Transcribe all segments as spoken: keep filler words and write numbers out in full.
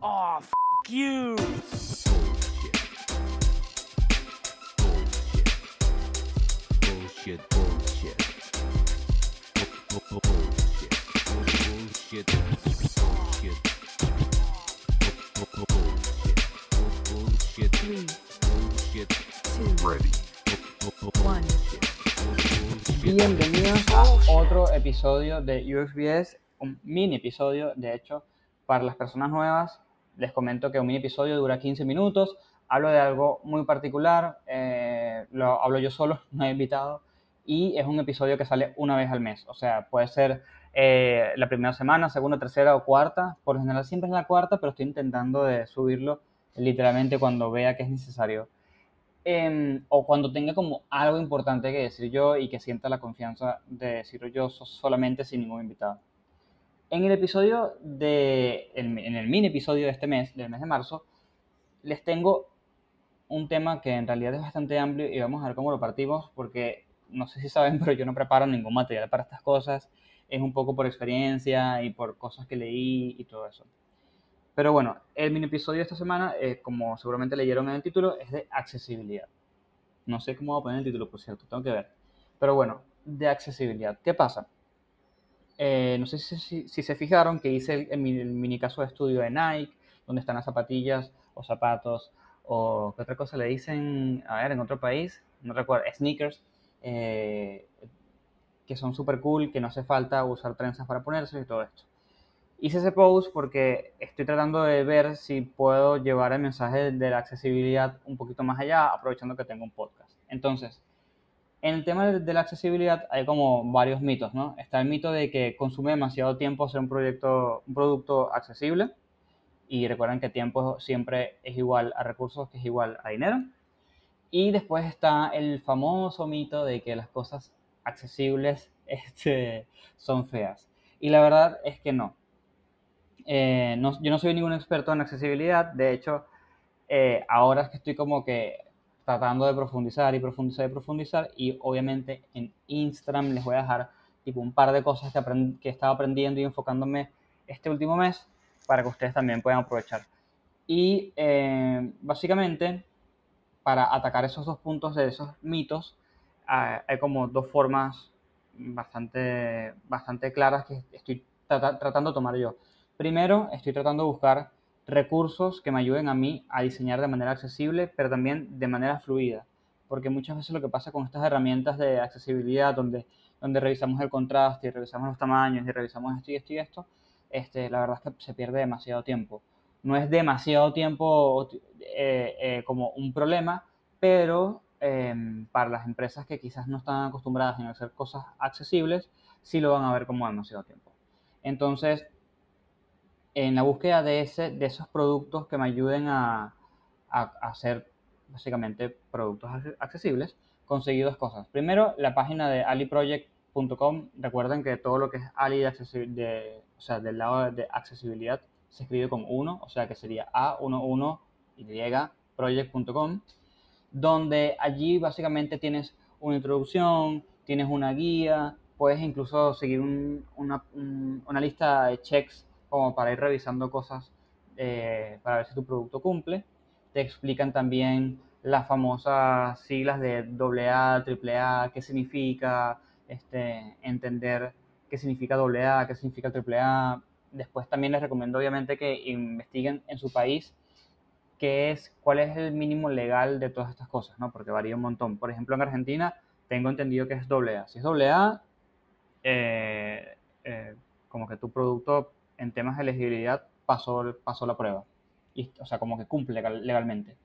Oh, f*** you! Bullshit, bullshit. Bullshit, bullshit, bullshit. Bullshit, Three, bullshit. two, Ready. one. Bienvenidos a otro episodio de U X B S, un mini episodio. De hecho, para las personas nuevas, les comento que un mini episodio dura quince minutos. Hablo de algo muy particular, eh, lo hablo yo solo, no he invitado, y es un episodio que sale una vez al mes. O sea, puede ser eh, la primera semana, segunda, tercera o cuarta. Por lo general siempre es la cuarta, pero estoy intentando de subirlo literalmente cuando vea que es necesario. Eh, o cuando tenga como algo importante que decir yo y que sienta la confianza de decirlo yo so- solamente sin ningún invitado. En el episodio de, en, en el mini episodio de este mes, del mes de marzo, les tengo un tema que en realidad es bastante amplio y vamos a ver cómo lo partimos porque no sé si saben, pero yo no preparo ningún material para estas cosas. Es un poco por experiencia y por cosas que leí y todo eso. Pero bueno, el mini episodio de esta semana, eh, como seguramente leyeron en el título, es de accesibilidad. No sé cómo voy a poner el título, por cierto, tengo que ver. Pero bueno, de accesibilidad. ¿Qué pasa? Eh, no sé si, si, si se fijaron que hice el, el, mini- el mini caso de estudio de Nike, donde están las zapatillas o zapatos, o qué otra cosa le dicen, a ver, en otro país, no recuerdo, sneakers, eh, que son súper cool, que no hace falta usar trenzas para ponerse y todo esto. Hice ese post porque estoy tratando de ver si puedo llevar el mensaje de la accesibilidad un poquito más allá, aprovechando que tengo un podcast. Entonces, en el tema de la accesibilidad hay como varios mitos, ¿no? Está el mito de que consume demasiado tiempo hacer un proyecto, un producto accesible, y recuerden que tiempo siempre es igual a recursos, que es igual a dinero. Y después está el famoso mito de que las cosas accesibles este, son feas. Y la verdad es que no. Eh, no, yo no soy ningún experto en accesibilidad, de hecho, eh, ahora es que estoy como que tratando de profundizar y profundizar y profundizar, y obviamente en Instagram les voy a dejar tipo un par de cosas que, aprend- que he estado aprendiendo y enfocándome este último mes para que ustedes también puedan aprovechar. Y eh, básicamente, para atacar esos dos puntos de esos mitos, eh, hay como dos formas bastante, bastante claras que estoy trata- tratando de tomar yo. Primero, estoy tratando de buscar recursos que me ayuden a mí a diseñar de manera accesible, pero también de manera fluida. Porque muchas veces lo que pasa con estas herramientas de accesibilidad, donde, donde revisamos el contraste y revisamos los tamaños y revisamos esto y esto y esto, este, la verdad es que se pierde demasiado tiempo. No es demasiado tiempo eh, eh, como un problema, pero eh, para las empresas que quizás no están acostumbradas a hacer cosas accesibles, sí lo van a ver como demasiado tiempo. Entonces, en la búsqueda de, ese, de esos productos que me ayuden a, a, a hacer básicamente productos accesibles, conseguí dos cosas. Primero, la página de ali project punto com. Recuerden que todo lo que es Ali de, de, o sea, del lado de accesibilidad se escribe con uno, o sea que sería A uno Y project punto com, donde allí básicamente tienes una introducción, tienes una guía, puedes incluso seguir un, una, un, una lista de checks como para ir revisando cosas eh, para ver si tu producto cumple. Te explican también las famosas siglas de doble A, triple A, qué significa, este, entender qué significa doble A, qué significa triple A. Después también les recomiendo obviamente que investiguen en su país qué es, cuál es el mínimo legal de todas estas cosas, ¿no? Porque varía un montón. Por ejemplo, en Argentina tengo entendido que es doble A. Si es doble A, eh, eh, como que tu producto en temas de elegibilidad pasó, pasó la prueba. Y, o sea, como que cumple legal, legalmente.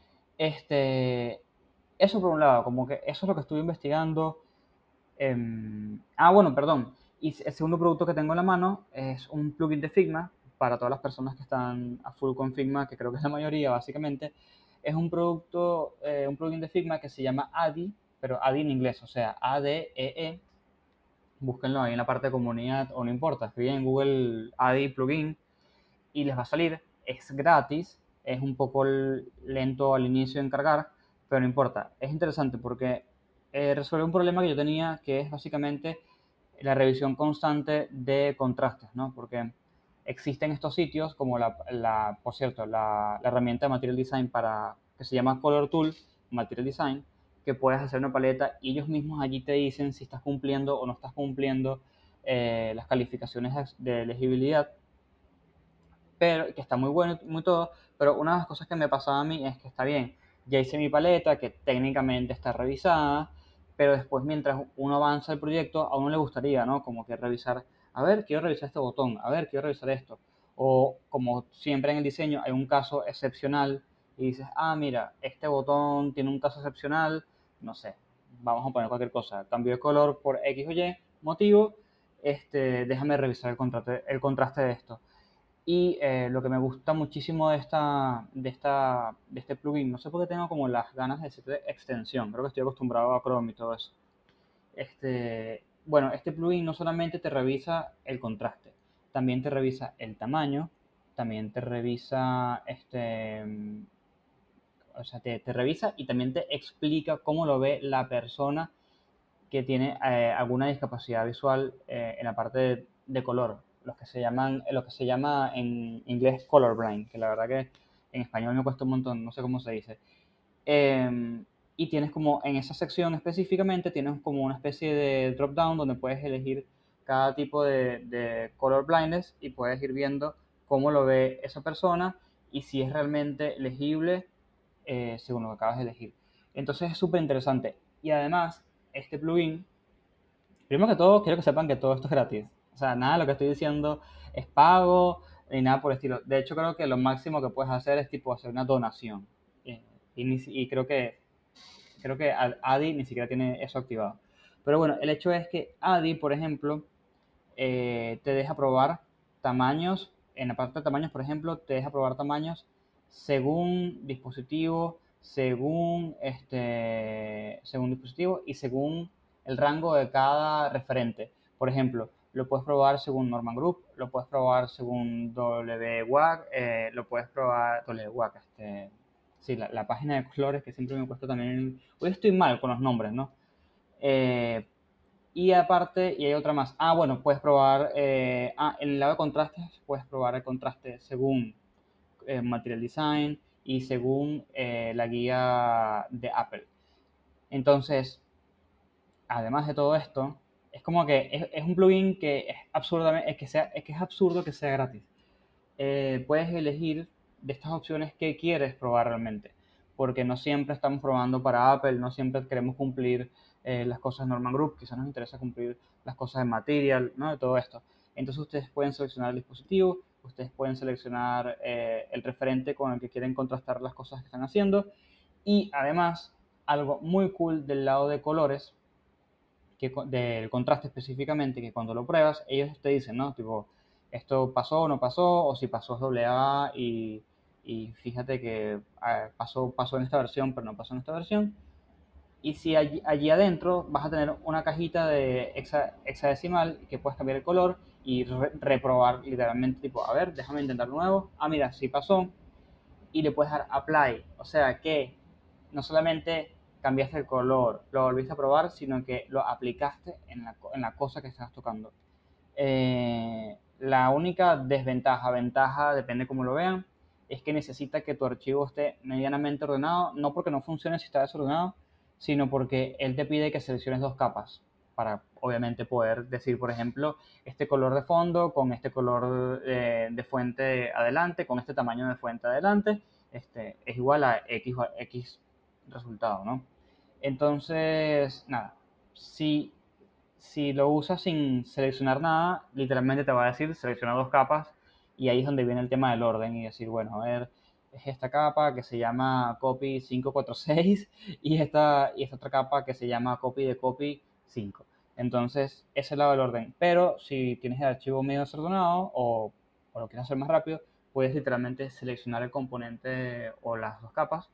Este, eso por un lado, como que eso es lo que estuve investigando. Eh, ah, bueno, perdón. Y el segundo producto que tengo en la mano es un plugin de Figma para todas las personas que están a full con Figma, que creo que es la mayoría básicamente. Es un producto, eh, un plugin de Figma que se llama A D I, pero A D I en inglés, o sea, A D E E. Búsquenlo ahí en la parte de comunidad o no importa, escriben en Google A D I plugin y les va a salir. Es gratis, es un poco lento al inicio en cargar, pero no importa. Es interesante porque eh, resuelve un problema que yo tenía, que es básicamente la revisión constante de contrastes, ¿no? Porque existen estos sitios como la, la por cierto, la, la herramienta de Material Design para, que se llama Color Tool, Material Design, que puedes hacer una paleta y ellos mismos allí te dicen si estás cumpliendo o no estás cumpliendo eh, las calificaciones de elegibilidad, pero que está muy bueno, muy todo, pero una de las cosas que me pasaba a mí es que está bien, ya hice mi paleta, que técnicamente está revisada, pero después mientras uno avanza el proyecto, a uno le gustaría, ¿no? Como que revisar, a ver, quiero revisar este botón, a ver, quiero revisar esto. O como siempre en el diseño hay un caso excepcional y dices, ah, mira, este botón tiene un caso excepcional, no sé, vamos a poner cualquier cosa, cambio de color por X o Y motivo, este, déjame revisar el contraste, el contraste de esto. Y eh, lo que me gusta muchísimo de, esta, de, esta, de este plugin, no sé por qué tengo como las ganas de decirle extensión, creo que estoy acostumbrado a Chrome y todo eso. Este, bueno, este plugin no solamente te revisa el contraste, también te revisa el tamaño, también te revisa, este, o sea, te, te revisa y también te explica cómo lo ve la persona que tiene eh, alguna discapacidad visual eh, en la parte de, de color, los que se llaman, lo que se llama en inglés colorblind, que la verdad que en español me cuesta un montón, no sé cómo se dice. Eh, y tienes como, en esa sección específicamente, tienes como una especie de drop down donde puedes elegir cada tipo de, de color blindness y puedes ir viendo cómo lo ve esa persona y si es realmente legible eh, según lo que acabas de elegir. Entonces es súper interesante. Y además, este plugin, primero que todo, quiero que sepan que todo esto es gratis. O sea, nada de lo que estoy diciendo es pago ni nada por el estilo. De hecho, creo que lo máximo que puedes hacer es tipo hacer una donación. Eh, y, ni si- y creo que creo que Ad- Adi ni siquiera tiene eso activado. Pero bueno, el hecho es que Adi, por ejemplo, eh, te deja probar tamaños, en la parte de tamaños, por ejemplo, te deja probar tamaños según dispositivo, según, este, según dispositivo y según el rango de cada referente. Por ejemplo, lo puedes probar según Norman Group, lo puedes probar según W W A C, eh, lo puedes probar W W A C, este, sí, la, la página de colores que siempre me cuesta también. Hoy estoy mal con los nombres, ¿no? Eh, y aparte, y hay otra más. Ah, bueno, puedes probar, eh, ah, en el lado de contrastes, puedes probar el contraste según eh, Material Design y según eh, la guía de Apple. Entonces, además de todo esto, es como que es, es un plugin que es absurdamente, es que sea, es que es absurdo que sea gratis. Eh, puedes elegir de estas opciones que quieres probar realmente, porque no siempre estamos probando para Apple, no siempre queremos cumplir eh, las cosas de Norman Group, quizás nos interesa cumplir las cosas de Material, ¿no? De todo esto. Entonces ustedes pueden seleccionar el dispositivo, ustedes pueden seleccionar eh, el referente con el que quieren contrastar las cosas que están haciendo y además algo muy cool del lado de colores, que, del contraste específicamente, que cuando lo pruebas, ellos te dicen, ¿no? Tipo, esto pasó o no pasó, o si pasó es doble A y, y fíjate que ah, pasó, pasó en esta versión, pero no pasó en esta versión. Y si allí, allí adentro vas a tener una cajita de hexa, hexadecimal que puedes cambiar el color y re, reprobar literalmente, tipo, a ver, déjame intentar nuevo. Ah, mira, sí pasó. Y le puedes dar apply. O sea que no solamente cambiaste el color, lo volviste a probar, sino que lo aplicaste en la, en la cosa que estás tocando. Eh, la única desventaja, ventaja, depende cómo lo vean, es que necesita que tu archivo esté medianamente ordenado, no porque no funcione si está desordenado, sino porque él te pide que selecciones dos capas para obviamente poder decir, por ejemplo, este color de fondo con este color de, de fuente adelante, con este tamaño de fuente adelante, este, es igual a X, X resultado, ¿no? Entonces, nada, si si lo usas sin seleccionar nada, literalmente te va a decir selecciona dos capas y ahí es donde viene el tema del orden y decir, bueno, a ver, es esta capa que se llama copy quinientos cuarenta y seis y esta, y esta otra capa que se llama copy de copy cinco. Entonces, ese es el lado del orden. Pero si tienes el archivo medio desordenado o, o lo quieres hacer más rápido, puedes literalmente seleccionar el componente o las dos capas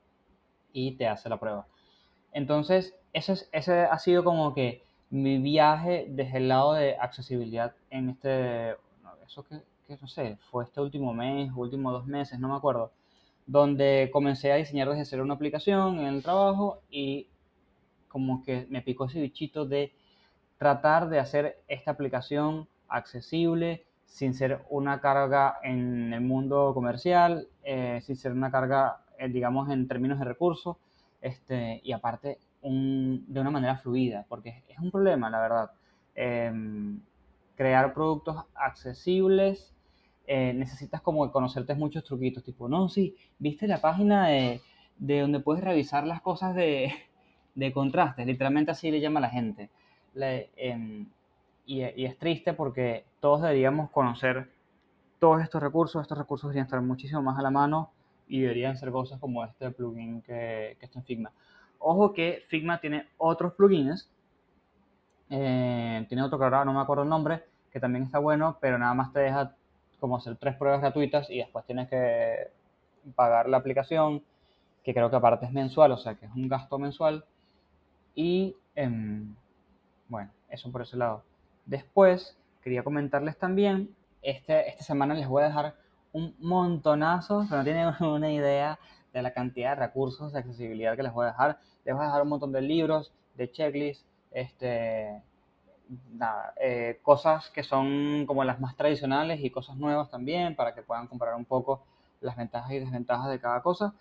y te hace la prueba. Entonces, ese, es, ese ha sido como que mi viaje desde el lado de accesibilidad en este, no, eso que, que no sé, fue este último mes, últimos dos meses, no me acuerdo, donde comencé a diseñar desde cero una aplicación en el trabajo y como que me picó ese bichito de tratar de hacer esta aplicación accesible sin ser una carga en el mundo comercial, eh, sin ser una carga, eh, digamos, en términos de recursos, este, y aparte un, de una manera fluida, porque es un problema, la verdad. Eh, crear productos accesibles, eh, necesitas como conocerte muchos truquitos, tipo, no, sí, viste la página de, de donde puedes revisar las cosas de, de contrastes, literalmente así le llama a la gente. Le, eh, y, y es triste porque todos deberíamos conocer todos estos recursos, estos recursos deberían estar muchísimo más a la mano y deberían ser cosas como este plugin que, que está en Figma. Ojo que Figma tiene otros plugins, eh, tiene otro que ahora no me acuerdo el nombre, que también está bueno, pero nada más te deja como hacer tres pruebas gratuitas y después tienes que pagar la aplicación, que creo que aparte es mensual, o sea que es un gasto mensual. Y eh, bueno, eso por ese lado. Después quería comentarles también, este, esta semana les voy a dejar un montonazo, pero no tienen una idea de la cantidad de recursos de accesibilidad que les voy a dejar. Les voy a dejar un montón de libros, de checklists, este, nada, eh, cosas que son como las más tradicionales y cosas nuevas también para que puedan comparar un poco las ventajas y desventajas de cada cosa.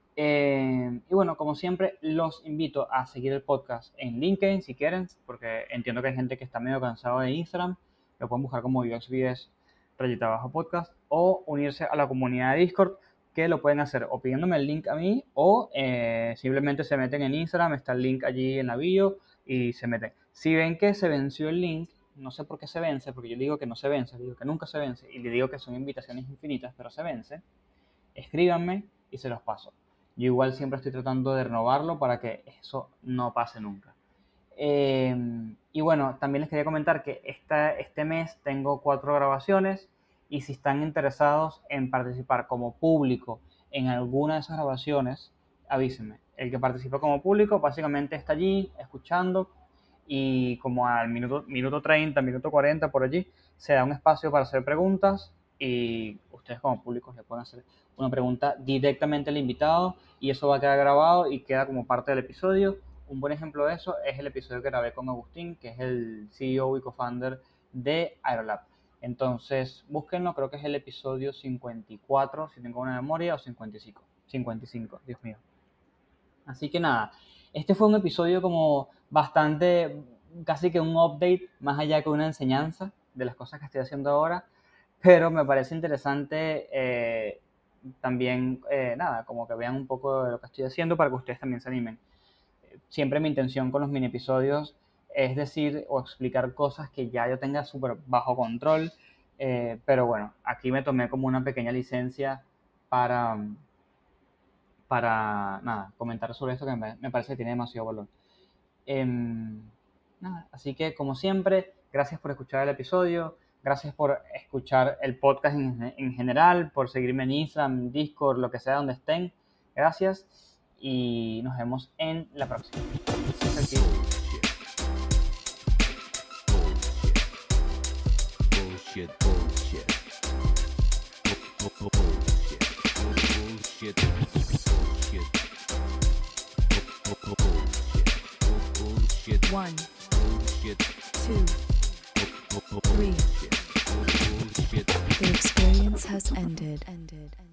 Eh, y bueno, como siempre, los invito a seguir el podcast en LinkedIn si quieren, porque entiendo que hay gente que está medio cansado de Instagram. Lo pueden buscar como U X V S rayita abajo podcast, o unirse a la comunidad de Discord, que lo pueden hacer o pidiéndome el link a mí o eh, simplemente se meten en Instagram, está el link allí en la bio y se meten. Si ven que se venció el link, no sé por qué se vence, porque yo digo que no se vence, digo que nunca se vence y le digo que son invitaciones infinitas, pero se vence, escríbanme y se los paso. Yo igual siempre estoy tratando de renovarlo para que eso no pase nunca. Eh, y bueno, también les quería comentar que esta, este mes tengo cuatro grabaciones y si están interesados en participar como público en alguna de esas grabaciones, avísenme. El que participa como público básicamente está allí escuchando y como al minuto, minuto treinta, minuto cuarenta por allí, se da un espacio para hacer preguntas y ustedes como públicos le pueden hacer una pregunta directamente al invitado y eso va a quedar grabado y queda como parte del episodio. Un buen ejemplo de eso es el episodio que grabé con Agustín, que es el C E O y co-founder de Aerolab. Entonces, búsquenlo, creo que es el episodio cincuenta y cuatro, si tengo una memoria, o cincuenta y cinco, cincuenta y cinco, Dios mío. Así que nada, este fue un episodio como bastante, casi que un update, más allá que una enseñanza de las cosas que estoy haciendo ahora, pero me parece interesante eh, también, eh, nada, como que vean un poco de lo que estoy haciendo para que ustedes también se animen. Siempre mi intención con los mini episodios es decir o explicar cosas que ya yo tenga súper bajo control, eh, pero bueno, aquí me tomé como una pequeña licencia para, para nada, comentar sobre esto que me, me parece que tiene demasiado valor. Eh, nada, así que como siempre, gracias por escuchar el episodio, gracias por escuchar el podcast en, en general, por seguirme en Instagram, Discord, lo que sea donde estén, gracias. Y nos vemos en la próxima. Bullshit, bullshit. Bullshit, bullshit. Bullshit, bullshit. Bullshit. One, Bullshit. two, three. Bullshit. The experience has ended. Ended.